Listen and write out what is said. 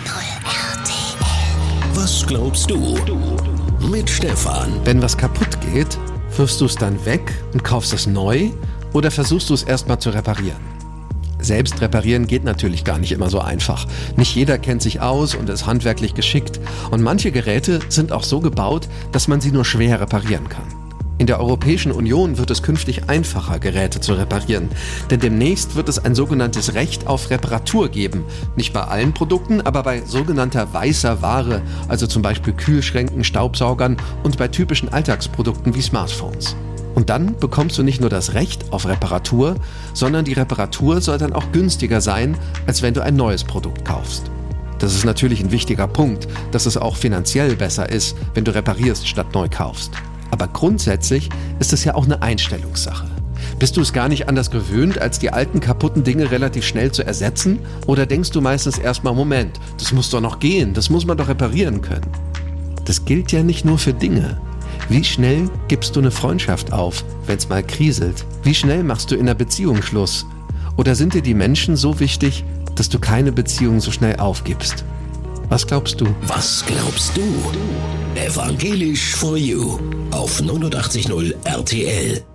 RTL. Was glaubst du? Mit Stefan. Wenn was kaputt geht, wirfst du es dann weg und kaufst es neu oder versuchst du es erstmal zu reparieren? Selbst reparieren geht natürlich gar nicht immer so einfach. Nicht jeder kennt sich aus und ist handwerklich geschickt. Und manche Geräte sind auch so gebaut, dass man sie nur schwer reparieren kann. In der Europäischen Union wird es künftig einfacher, Geräte zu reparieren. Denn demnächst wird es ein sogenanntes Recht auf Reparatur geben. Nicht bei allen Produkten, aber bei sogenannter weißer Ware, also zum Beispiel Kühlschränken, Staubsaugern und bei typischen Alltagsprodukten wie Smartphones. Und dann bekommst du nicht nur das Recht auf Reparatur, sondern die Reparatur soll dann auch günstiger sein, als wenn du ein neues Produkt kaufst. Das ist natürlich ein wichtiger Punkt, dass es auch finanziell besser ist, wenn du reparierst statt neu kaufst. Aber grundsätzlich ist es ja auch eine Einstellungssache. Bist du es gar nicht anders gewöhnt, als die alten kaputten Dinge relativ schnell zu ersetzen? Oder denkst du meistens erstmal, Moment, das muss doch noch gehen, das muss man doch reparieren können? Das gilt ja nicht nur für Dinge. Wie schnell gibst du eine Freundschaft auf, wenn es mal kriselt? Wie schnell machst du in einer Beziehung Schluss? Oder sind dir die Menschen so wichtig, dass du keine Beziehung so schnell aufgibst? Was glaubst du? Was glaubst du? Evangelisch for You auf 89.0 RTL.